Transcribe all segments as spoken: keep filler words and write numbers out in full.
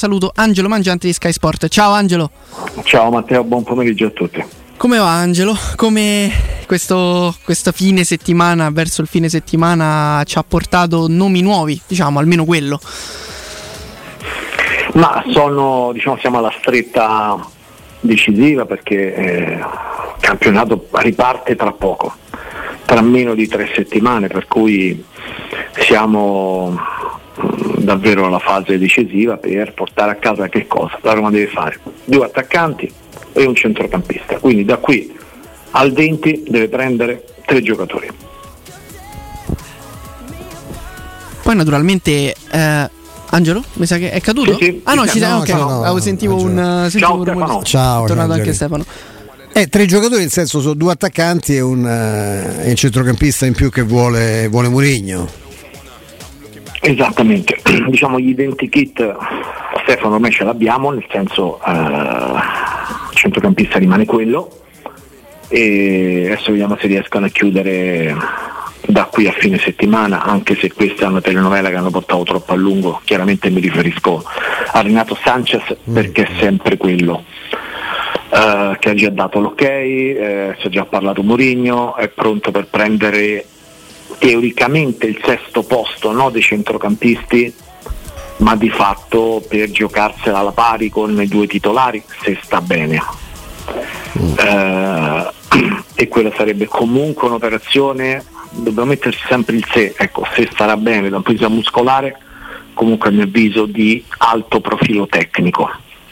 saluto Angelo Mangiante di Sky Sport. Ciao Angelo. Ciao Matteo, buon pomeriggio a tutti. Come va Angelo? Come questo, questa fine settimana, verso il fine settimana, ci ha portato nomi nuovi, diciamo, almeno quello? Ma sono, diciamo, siamo alla stretta decisiva perché eh, il campionato riparte tra poco, tra meno di tre settimane, per cui siamo davvero alla fase decisiva per portare a casa che cosa? La Roma deve fare due attaccanti e un centrocampista, quindi da qui al venti deve prendere tre giocatori. Poi naturalmente eh, Angelo, mi sa che è caduto? Sì, sì, ah no, sì, ci sei, no, ok, no, no, no, sentivo Angelo. un sentivo Ciao, un rumore. Stefano. Ciao, È tornato ciao, anche Angelo. Stefano. Eh, tre giocatori, nel senso sono due attaccanti e un, uh, un centrocampista in più che vuole, vuole Mourinho. Esattamente, diciamo gli identikit Stefano ormai ce l'abbiamo, nel senso eh, il centrocampista rimane quello e adesso vediamo se riescono a chiudere da qui a fine settimana, anche se questa è una telenovela che hanno portato troppo a lungo. Chiaramente mi riferisco a Renato Sanchez perché è sempre quello uh, che ha già dato l'ok, eh, si è già parlato Mourinho, è pronto per prendere teoricamente il sesto posto, no, dei centrocampisti, ma di fatto per giocarsela alla pari con i due titolari se sta bene. Mm. Eh, e quella sarebbe comunque un'operazione, dobbiamo metterci sempre il se, ecco, se starà bene da un punto di vista muscolare, comunque a mio avviso di alto profilo tecnico.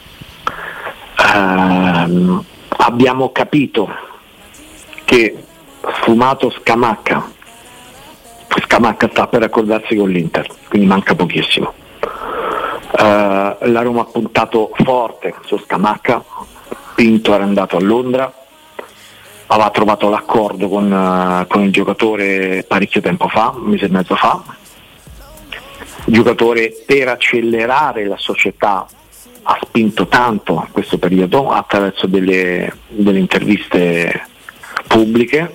Eh, abbiamo capito che sfumato Scamacca Scamacca sta per accordarsi con l'Inter, quindi manca pochissimo. Uh, la Roma ha puntato forte su Scamacca, Pinto era andato a Londra, aveva trovato l'accordo con, uh, con il giocatore parecchio tempo fa, un mese e mezzo fa. Il giocatore, per accelerare la società, ha spinto tanto in questo periodo attraverso delle, delle interviste pubbliche,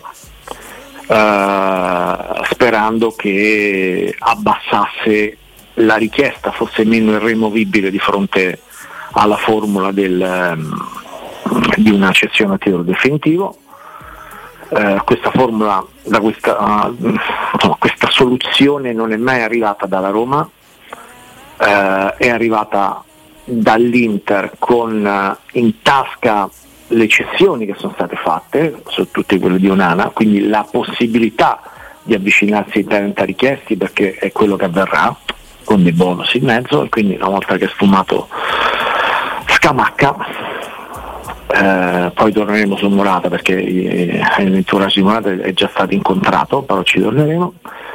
Uh, sperando che abbassasse la richiesta, fosse meno irremovibile di fronte alla formula del, um, di una cessione a titolo definitivo. Uh, questa formula, da questa, uh, insomma, questa soluzione non è mai arrivata dalla Roma, uh, è arrivata dall'Inter con uh, in tasca le cessioni che sono state fatte, sono tutte quelle di Onana, quindi la possibilità di avvicinarsi ai trenta richiesti, perché è quello che avverrà con dei bonus in mezzo, e quindi una volta che è sfumato Scamacca eh, poi torneremo su Morata, perché l'entourage di Morata è già stato incontrato, però ci torneremo.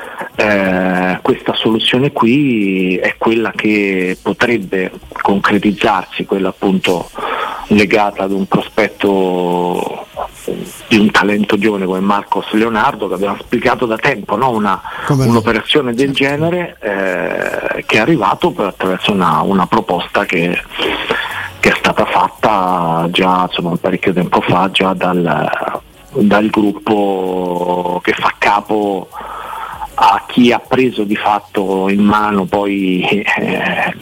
Eh, questa soluzione qui è quella che potrebbe concretizzarsi, quella appunto legata ad un prospetto di un talento giovane come Marcos Leonardo, che abbiamo spiegato da tempo, no? Una, un'operazione del genere eh, che è arrivato per, attraverso una, una proposta che, che è stata fatta già, insomma, parecchio tempo fa, già dal, dal gruppo che fa capo a chi ha preso di fatto in mano poi eh,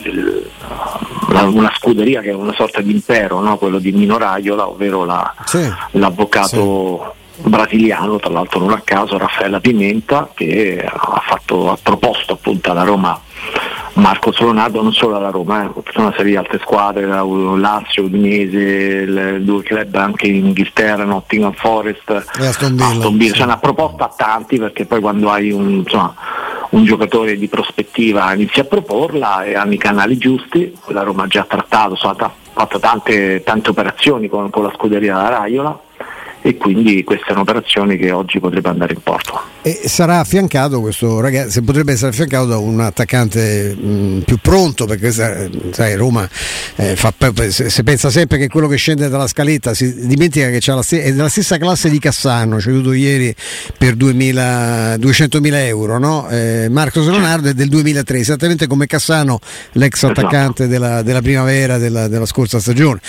una scuderia che è una sorta di impero, no? Quello di Mino Raiola, ovvero la, sì. l'avvocato sì. brasiliano, tra l'altro non a caso Raffaella Pimenta, che ha, fatto, ha proposto appunto alla Roma Marcos Leonardo, non solo alla Roma, eh, tutta una serie di altre squadre, Lazio, Udinese, le due club anche in Inghilterra, Nottingham Forest, Aston Villa, Aston Villa. Sì. C'è una proposta a tanti, perché poi quando hai un, insomma, un giocatore di prospettiva inizi a proporla e hanno i canali giusti. La Roma ha già trattato, ha fatto tante, tante operazioni con, con la scuderia della Raiola, e quindi questa è un'operazione che oggi potrebbe andare in porto. E sarà affiancato questo ragazzo, potrebbe essere affiancato da un attaccante mh, più pronto, perché sai, Roma eh, fa, se, se pensa sempre che quello che scende dalla scaletta si dimentica che c'ha la st- è della stessa classe di Cassano, ceduto ieri per duecentomila euro, no? eh, Marcos Leonardo è del duemilatré, esattamente come Cassano, l'ex attaccante esatto. della, della primavera della, della scorsa stagione,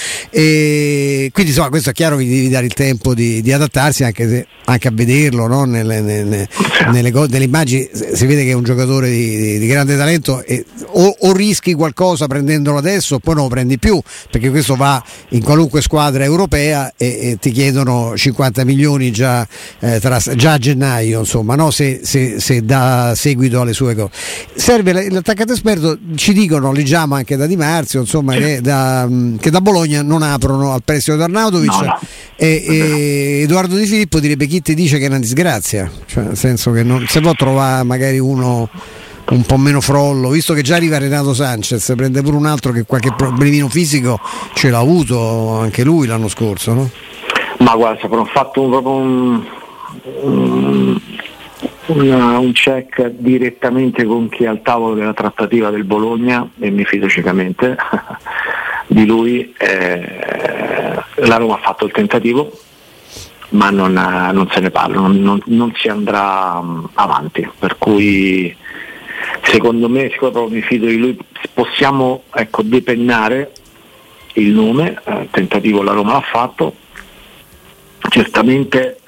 e quindi insomma questo è chiaro che gli devi dare il tempo di, di adattarsi, anche, se, anche a vederlo, no? nelle, nelle, nelle, nelle immagini si vede che è un giocatore di, di, di grande talento e o, o rischi qualcosa prendendolo adesso o poi non lo prendi più, perché questo va in qualunque squadra europea e, e ti chiedono cinquanta milioni già, eh, tra, già a gennaio, insomma, no? se, se, se dà seguito alle sue cose. Serve l'attaccante esperto, ci dicono, leggiamo anche da Di Marzio, insomma, sì. che, da, che da Bologna non aprono al prestito di Arnautovic. No, no. E, e Edoardo Di Filippo direbbe: chi ti dice che è una disgrazia, cioè nel senso che non si può trovare magari uno un po' meno frollo, visto che già arriva Renato Sanchez, prende pure un altro che qualche problemino fisico ce l'ha avuto anche lui l'anno scorso, no? Ma guarda, ho fatto un, proprio un, un, una, un check direttamente con chi è al tavolo della trattativa del Bologna e mi fido ciecamente di lui. eh, la Roma ha fatto il tentativo ma non, non se ne parla, non, non, non si andrà avanti, per cui secondo me, siccome proprio mi fido di lui, possiamo, ecco, depennare il nome. eh, tentativo la Roma l'ha fatto, certamente.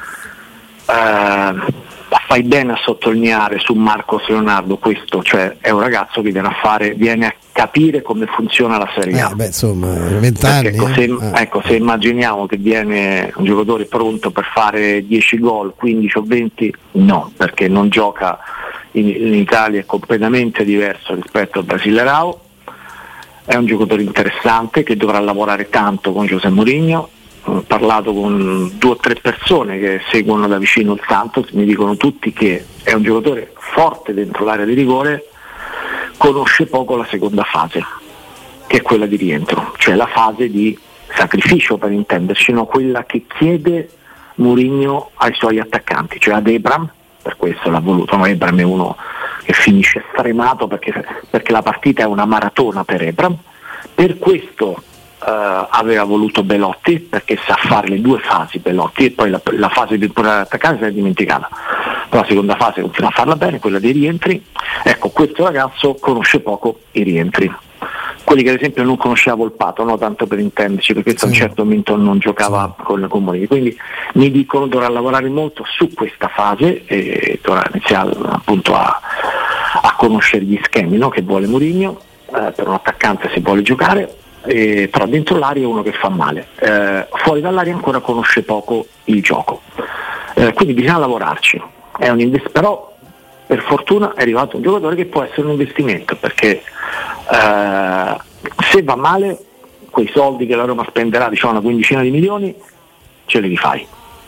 eh, fai bene a sottolineare su Marcos Leonardo questo, cioè è un ragazzo che viene a fare, viene a capire come funziona la Serie A. Eh, beh, insomma, vent'anni. Ecco, eh? se, eh. ecco, se immaginiamo che viene un giocatore pronto per fare dieci gol, quindici o venti, no, perché non gioca in, in Italia, è completamente diverso rispetto al Brasileirao. È un giocatore interessante che dovrà lavorare tanto con José Mourinho. Ho parlato con due o tre persone che seguono da vicino il Santos, mi dicono tutti che è un giocatore forte dentro l'area di rigore, conosce poco la seconda fase, che è quella di rientro, cioè la fase di sacrificio, per intenderci, no? Quella che chiede Mourinho ai suoi attaccanti, cioè ad Ebram, per questo l'ha voluto, no? Ebram è uno che finisce stremato perché, perché la partita è una maratona per Ebram, per questo Uh, aveva voluto Belotti, perché sa fare le due fasi Belotti, e poi la, la fase di attaccare si è dimenticata, però la seconda fase continua a farla bene, quella dei rientri. Ecco, questo ragazzo conosce poco i rientri, quelli che ad esempio non conosceva Volpato, no? Tanto per intenderci, perché sì. A un certo momento non giocava sì. con le comuni, quindi mi dicono dovrà lavorare molto su questa fase e dovrà iniziare appunto a, a conoscere gli schemi, no? Che vuole Mourinho eh, per un attaccante se vuole giocare. Eh, però dentro l'area è uno che fa male, eh, fuori dall'area ancora conosce poco il gioco, eh, quindi bisogna lavorarci. È un invest- però per fortuna è arrivato un giocatore che può essere un investimento, perché eh, se va male quei soldi che la Roma spenderà, diciamo una quindicina di milioni, ce li rifai.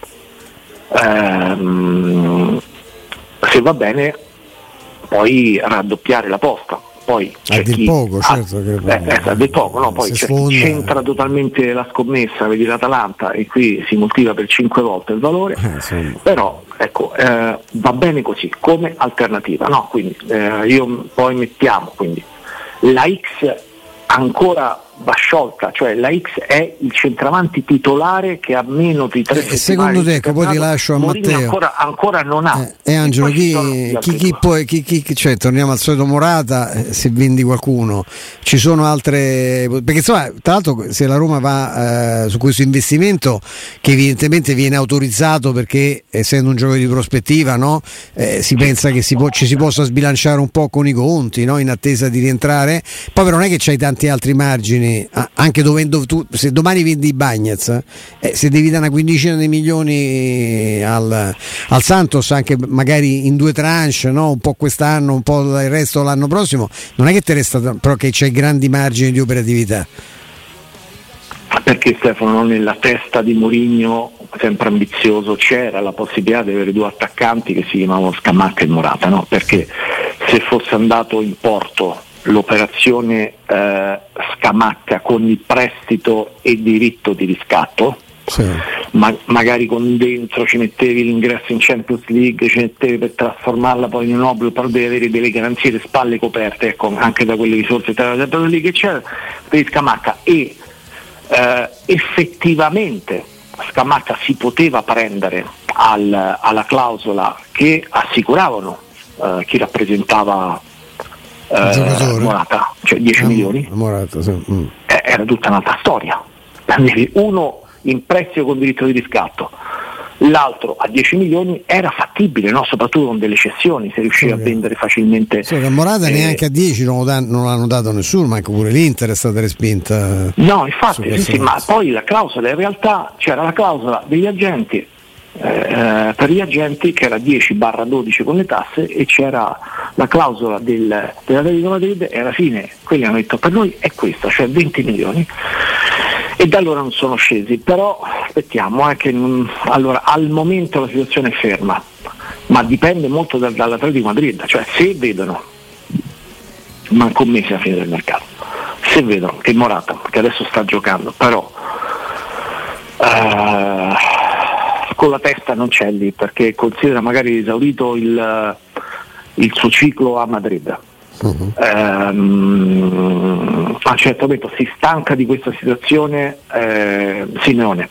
Eh, se va bene puoi raddoppiare la posta. Poi a c'è di chi poco, ha, certo che eh, eh, a di poco, no? Poi c'è chi centra totalmente la scommessa, vedi l'Atalanta, e qui si moltiplica per cinque volte il valore, eh, sì. Però ecco, eh, va bene così come alternativa, no? Quindi eh, io poi mettiamo quindi la X ancora va sciolta, cioè la X è il centravanti titolare che ha meno di tre eh, secondo te, ecco, poi ti lascio a Mourinho Matteo ancora, ancora non ha eh, e Angelo, chi, chi, chi poi chi, chi, cioè, torniamo al solito Morata, eh, se vendi qualcuno ci sono altre, perché insomma tra l'altro se la Roma va eh, su questo investimento che evidentemente viene autorizzato perché essendo un gioco di prospettiva, no? eh, si pensa che si può, ci si possa sbilanciare un po' con i conti, no? In attesa di rientrare, poi però non è che c'hai tanti altri margini, anche dovendo tu, se domani vendi Bagnez, eh, se devi dare una quindicina di milioni al, al Santos, anche magari in due tranche, no? Un po' quest'anno, un po' il resto l'anno prossimo, non è che ti resta però che c'hai grandi margini di operatività. Perché Stefano, nella testa di Mourinho, sempre ambizioso, c'era la possibilità di avere due attaccanti che si chiamavano Scamacca e Morata, no? Perché se fosse andato in porto l'operazione eh, Scamacca con il prestito e diritto di riscatto, sì. ma, magari con dentro ci mettevi l'ingresso in Champions League, ci mettevi per trasformarla poi in un obbligo, però devi avere delle garanzie, le spalle coperte, ecco, anche da quelle risorse della Champions League che c'era per Scamacca, e eh, effettivamente Scamacca si poteva prendere al, alla clausola che assicuravano eh, chi rappresentava Uh, Morata, cioè dieci ah, milioni, Morata, sì. mm. eh, era tutta un'altra storia. Uno in prestito con diritto di riscatto, l'altro a dieci milioni era fattibile, no? Soprattutto con delle cessioni, si riusciva okay. a vendere facilmente. Sì, Morata eh, neanche a dieci non, lo dan- non l'hanno dato nessuno, ma anche pure l'Inter è stata respinta. No, infatti, sì, sì, ma poi la clausola, in realtà c'era la clausola degli agenti, eh, per gli agenti che era dieci barra dodici con le tasse, e c'era la clausola del, dell'Atletico Madrid, e alla fine quelli hanno detto per noi è questa, cioè venti milioni. E da allora non sono scesi, però aspettiamo eh, che non, allora, al momento la situazione è ferma, ma dipende molto da, dall'Atletico Madrid, cioè se vedono, manco un mese alla fine del mercato, se vedono che Morata, che adesso sta giocando, però eh, con la testa non c'è lì, perché considera magari esaurito il, il suo ciclo a Madrid. Uh-huh. Ehm, a un certo punto si stanca di questa situazione eh, Simeone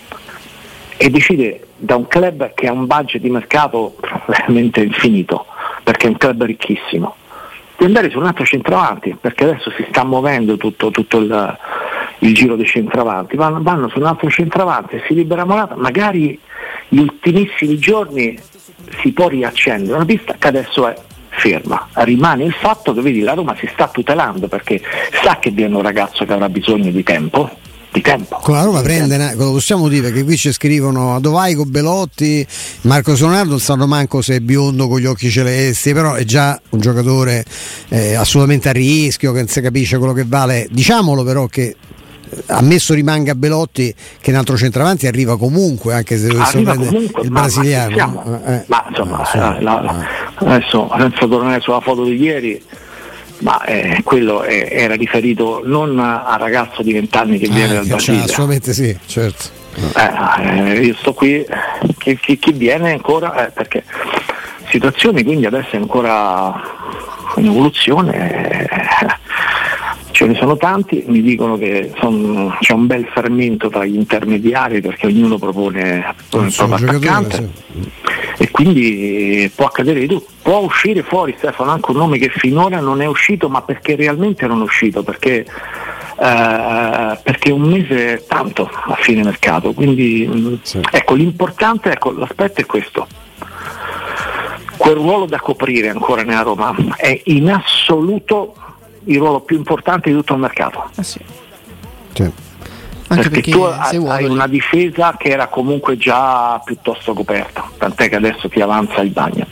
e decide, da un club che ha un budget di mercato veramente infinito, perché è un club ricchissimo, di andare su un altro centravanti, perché adesso si sta muovendo tutto, tutto il, il giro dei centravanti, vanno, vanno su un altro centravanti e si libera Morata, magari gli ultimissimi giorni si può riaccendere una pista che adesso è ferma. Rimane il fatto che vedi la Roma si sta tutelando, perché sa che viene un ragazzo che avrà bisogno di tempo di tempo con la Roma prende una, lo possiamo dire, perché qui ci scrivono Adovaico, Belotti, Marco Leonardo, non sanno manco se è biondo con gli occhi celesti, però è già un giocatore eh, assolutamente a rischio, che non si capisce quello che vale. Diciamolo però che ammesso rimanga Belotti, che un altro centravanti arriva comunque, anche se dovesse prendere il ma, brasiliano ma, eh, ma insomma ah, sì, la, la, adesso senza tornare sulla foto di ieri, ma eh, quello è, era riferito non al ragazzo di vent'anni che viene ah, dal Brasile, assolutamente sì, certo. Eh, io sto qui, chi, chi, chi viene ancora, eh, perché situazioni quindi adesso è ancora in evoluzione, eh, ce ne sono tanti, mi dicono che son, c'è un bel fermento tra gli intermediari, perché ognuno propone, propone il proprio attaccante, sì. E quindi può accadere di tutto. Può uscire fuori, Stefano, anche un nome che finora non è uscito, ma perché realmente non è uscito, perché Uh, perché un mese è tanto a fine mercato, quindi sì. Ecco, l'importante, ecco, l'aspetto è questo: quel ruolo da coprire ancora nella Roma è in assoluto il ruolo più importante di tutto il mercato. Ah, sì. Sì. Anche perché, perché tu hai, hai una difesa che era comunque già piuttosto coperta, tant'è che adesso ti avanza il Bagnez.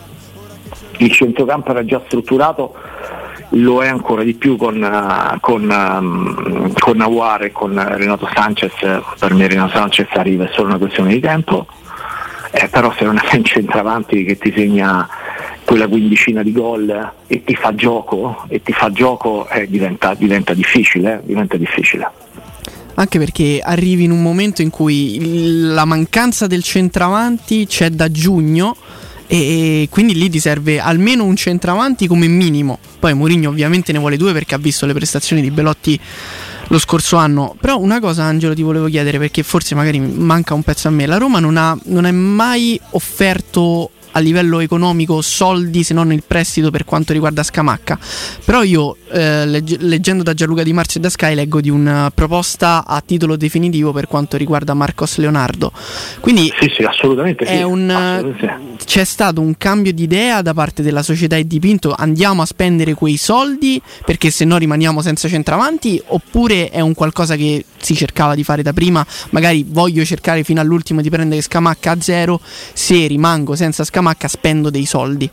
Il centrocampo era già strutturato, lo è ancora di più con, uh, con, um, con Aouar e con Renato Sanchez. Per me Renato Sanchez arriva, è solo una questione di tempo, eh, però se non hai un centravanti che ti segna quella quindicina di gol e ti fa gioco e ti fa gioco eh, diventa, diventa difficile, eh, diventa difficile. Anche perché arrivi in un momento in cui il, la mancanza del centravanti c'è da giugno, e quindi lì ti serve almeno un centravanti come minimo. Poi Mourinho ovviamente ne vuole due, perché ha visto le prestazioni di Belotti lo scorso anno. Però una cosa, Angelo, ti volevo chiedere, perché forse magari manca un pezzo a me. La Roma non ha non è mai offerto a livello economico soldi, se non il prestito per quanto riguarda Scamacca. Però io eh, legge, leggendo da Gianluca Di Marzio e da Sky leggo di una proposta a titolo definitivo per quanto riguarda Marcos Leonardo. Quindi sì, sì, assolutamente è sì, un, assolutamente. C'è stato un cambio di idea da parte della società e dipinto, andiamo a spendere quei soldi perché se no rimaniamo senza centravanti, oppure è un qualcosa che si cercava di fare da prima, magari voglio cercare fino all'ultimo di prendere Scamacca a zero, se rimango senza Scamacca spendo dei soldi?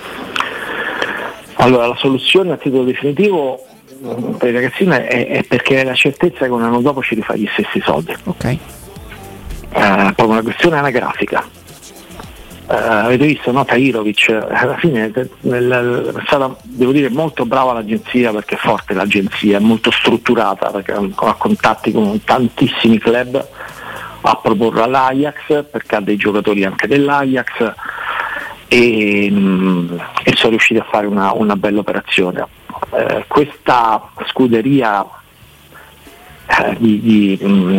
Allora, la soluzione a titolo definitivo per i ragazzini è, è perché è la certezza che un anno dopo ci rifai gli stessi soldi. Ok. Eh, proprio una questione anagrafica. Eh, avete visto, no? Tahirovic alla fine nel, è stata, devo dire, molto brava l'agenzia, perché è forte l'agenzia, è molto strutturata, perché ha contatti con tantissimi club a proporre all'Ajax, perché ha dei giocatori anche dell'Ajax, e, e sono riusciti a fare una, una bella operazione. Eh, questa scuderia eh, di, di,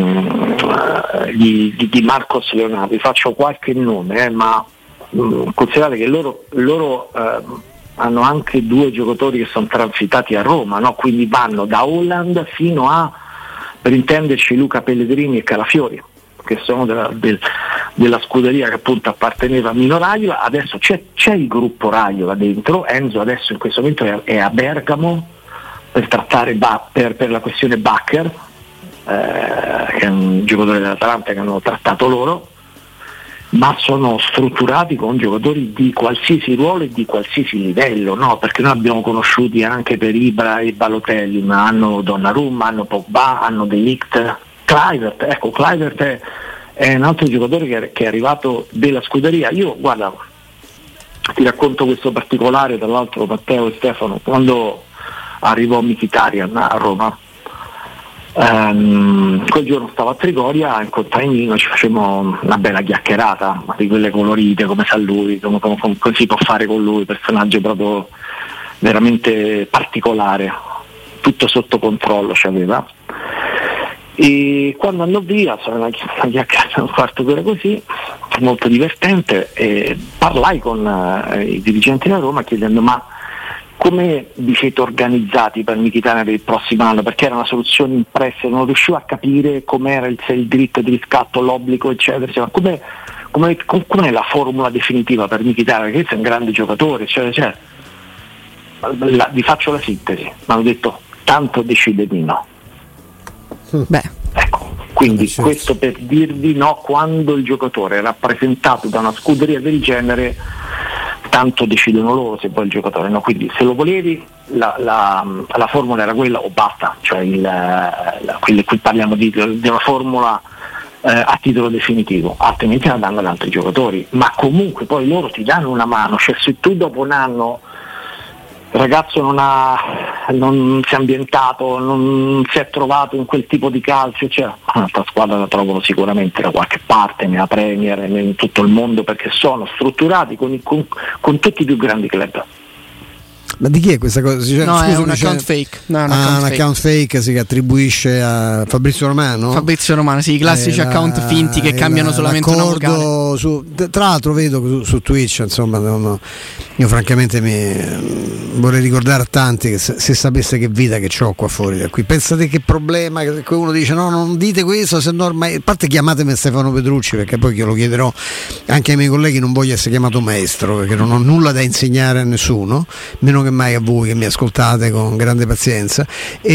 di, di, di Marcos Leonardo, vi faccio qualche nome, eh, ma mh, considerate che loro, loro eh, hanno anche due giocatori che sono transitati a Roma, no? Quindi vanno da Holland fino a, per intenderci, Luca Pellegrini e Calafiori, che sono della, del, della scuderia che appunto apparteneva a Mino Raiola. Adesso c'è, c'è il gruppo Raiola dentro. Enzo adesso in questo momento è, è a Bergamo per trattare ba- per, per la questione Bakker, eh, che è un giocatore dell'Atalanta che hanno trattato loro, ma sono strutturati con giocatori di qualsiasi ruolo e di qualsiasi livello, no? Perché noi abbiamo conosciuti anche per Ibra e Balotelli, ma hanno Donnarumma, hanno Pogba, hanno De Ligt, Kluivert. Ecco, Kluivert è, è un altro giocatore che è, che è arrivato della scuderia. Io, guarda, ti racconto questo particolare, tra l'altro Matteo e Stefano, quando arrivò Mkhitaryan a Roma, Um, quel giorno stavo a Trigoria, incontrai Nino, ci facevamo una bella chiacchierata di quelle colorite, come sa lui, come, come, come si può fare con lui, personaggio proprio veramente particolare, tutto sotto controllo c'aveva. E quando andò via, sono una chiacchierata un quarto d'ora così, molto divertente, e parlai con uh, i dirigenti della Roma chiedendo: ma come vi siete organizzati per Mkhitaryan per il prossimo anno? Perché era una soluzione impressa, non riuscivo a capire com'era il, il diritto di riscatto, l'obbligo, eccetera, eccetera. Come, come, com'è la formula definitiva per Mkhitaryan? Perché è un grande giocatore, eccetera, eccetera. La, vi faccio la sintesi, mi hanno detto: tanto decide Nino. Beh. Ecco, quindi certo. Questo per dirvi, no, quando il giocatore è rappresentato da una scuderia del genere, tanto decidono loro se poi il giocatore, no? Quindi se lo volevi la, la, la formula era quella o basta, cioè il, la, qui, qui parliamo di, di una formula eh, a titolo definitivo, altrimenti la danno ad altri giocatori, ma comunque poi loro ti danno una mano, cioè se tu dopo un anno il ragazzo non, ha, non si è ambientato, non si è trovato in quel tipo di calcio, cioè, un'altra squadra la trovano sicuramente da qualche parte, nella Premier, in tutto il mondo, perché sono strutturati con, con, con tutti i più grandi club. Ma di chi è questa cosa? Cioè, no, scusa, è un account fake. No, è un ah, account un fake. account fake si attribuisce a Fabrizio Romano? Fabrizio Romano, sì, i classici la, account finti che cambiano la, solamente una vocale. Su, tra l'altro vedo su, su Twitch, insomma, no, no, io francamente mi vorrei ricordare a tanti che se, se sapesse che vita che ho qua fuori da qui, pensate che problema che uno dice no, non dite questo, se no ormai, a parte chiamatemi Stefano Petrucci, perché poi glielo chiederò anche ai miei colleghi, non voglio essere chiamato maestro, perché non ho nulla da insegnare a nessuno, meno che mai a voi che mi ascoltate con grande pazienza.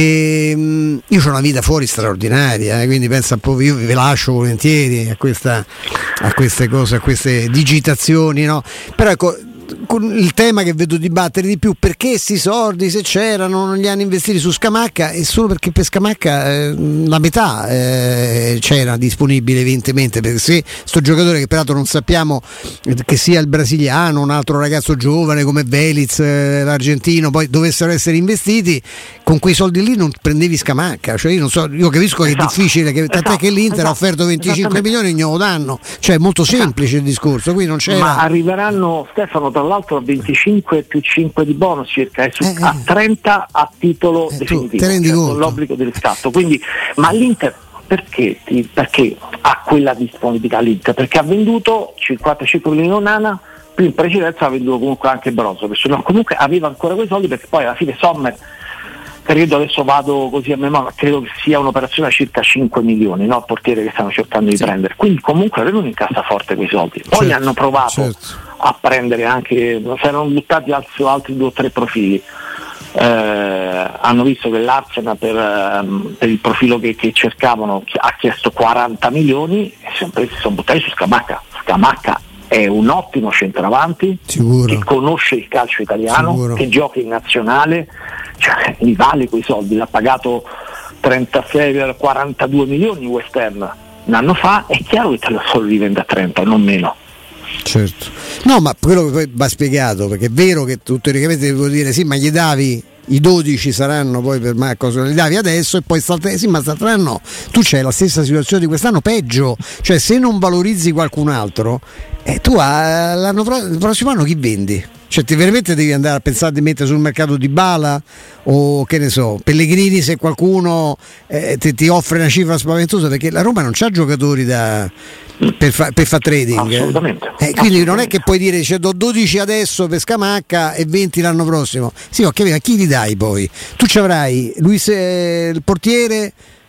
E mh, io ho una vita fuori straordinaria, eh, quindi pensa un po', io vi lascio volentieri a, questa, a queste cose, a queste digitazioni, no? Però ecco, con il tema che vedo dibattere di più, perché sti soldi, se c'erano, non li hanno investiti su Scamacca, e solo perché per Scamacca eh, la metà eh, c'era disponibile evidentemente, perché se sto giocatore, che peraltro non sappiamo che sia il brasiliano, un altro ragazzo giovane come Veliz, eh, l'argentino, poi dovessero essere investiti, con quei soldi lì non prendevi Scamacca, cioè io non so, io capisco che esatto. È difficile, che, tant'è esatto. Che l'Inter esatto. ha offerto venticinque milioni ogni danno, cioè è molto semplice esatto. il discorso, qui non c'era. Ma arriveranno, Stefano, tra l'altro a venticinque più cinque di bonus circa, è su, eh, a trenta a titolo eh, definitivo, cioè con l'obbligo di riscatto. Quindi, ma l'Inter perché, perché ha quella disponibilità l'Inter? Perché ha venduto cinquantacinque milioni Onana, più in precedenza ha venduto comunque anche Brozovic, no, comunque aveva ancora quei soldi, perché poi alla fine Sommer, credo, adesso vado così a memoria, credo che sia un'operazione a circa cinque milioni, no? Portiere che stanno cercando di sì. prendere, quindi comunque avevano in cassaforte quei soldi, poi certo, hanno provato certo. a prendere anche, si erano buttati su altri due o tre profili, eh, hanno visto che l'Arsenal per, um, per il profilo che, che cercavano ha chiesto quaranta milioni e sempre si sono buttati su Scamacca. Scamacca è un ottimo centravanti, sicuro. Che conosce il calcio italiano, sicuro. Che gioca in nazionale, cioè gli vale quei soldi, l'ha pagato trentasei per quarantadue milioni West Ham un anno fa, è chiaro che te lo solo rivende a trenta, non meno. Certo, no, ma quello che poi va spiegato, perché è vero che tu teoricamente devo dire sì, ma gli davi i dodici saranno poi per Marco, li davi adesso e poi state, sì, ma no, tu c'hai la stessa situazione di quest'anno, peggio, cioè se non valorizzi qualcun altro, eh, tu a, l'anno pro- il prossimo anno chi vendi? Cioè ti veramente devi andare a pensare di mettere sul mercato Dybala o che ne so, Pellegrini, se qualcuno eh, ti, ti offre una cifra spaventosa, perché la Roma non c'ha giocatori da per fare fa trading, assolutamente. Eh, quindi assolutamente. Non è che puoi dire cioè, do dodici adesso per Scamacca e venti l'anno prossimo. Sì, ok, ma chi li dai poi? Tu ci avrai Luis, eh, il portiere,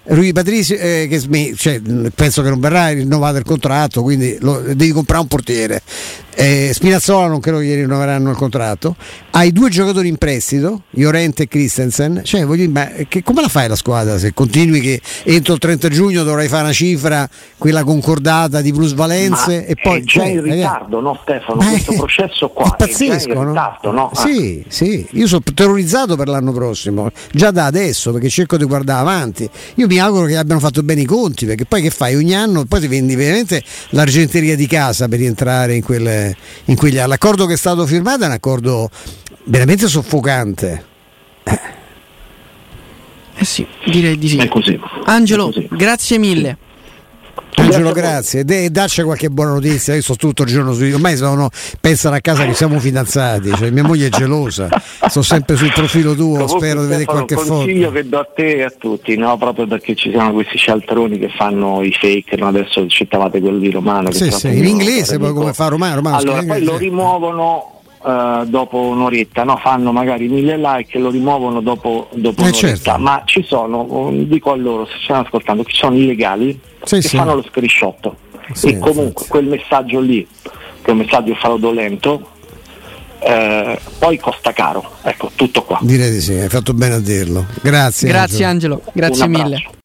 Rui Patricio, eh, che sm- cioè, penso che non verrà rinnovato il contratto, quindi lo, devi comprare un portiere. Eh, Spinazzola non credo che gli rinnoveranno il contratto. Hai due giocatori in prestito, Llorente e Christensen. Cioè, voglio dire, ma che, come la fai la squadra se continui che entro il trenta giugno dovrai fare una cifra, quella concordata di plusvalenze ma e poi è già cioè, in ritardo, no Stefano? Ma questo è, processo qua è pazzesco, è già in ritardo, no? no? Sì, sì, io sono terrorizzato per l'anno prossimo, già da adesso, perché cerco di guardare avanti. Io mi auguro che abbiano fatto bene i conti, perché poi che fai ogni anno? Poi ti vendi veramente l'argenteria di casa per rientrare in, quelle, in quegli anni. L'accordo che è stato firmato è un accordo veramente soffocante. Eh, eh sì, direi di sì. È così. Angelo, è così. Grazie mille. Angelo, grazie. E dacci qualche buona notizia. Io sto tutto il giorno su. Ormai sono, pensano a casa che siamo fidanzati. Cioè, mia moglie è gelosa. Sto sempre sul profilo tuo. Comunque, spero di vedere qualche foto. Un consiglio che do a te e a tutti, no? Proprio perché ci sono questi cialtroni che fanno i fake. No? Adesso citavate quello di Romano. Che sì, sì. In inglese, poi come fa Romano? Romano allora, poi lo rimuovono. Uh, dopo un'oretta, no? Fanno magari mille like e lo rimuovono dopo, dopo eh un'oretta, certo. Ma ci sono, dico a loro se stanno ascoltando, ci sono illegali sì, che sì. fanno lo screenshot sì, e comunque sì. quel messaggio lì, che è un messaggio fraudolento, eh, poi costa caro, ecco, tutto qua. Direi di sì, hai fatto bene a dirlo. Grazie. Grazie Angelo, Angelo. Grazie mille.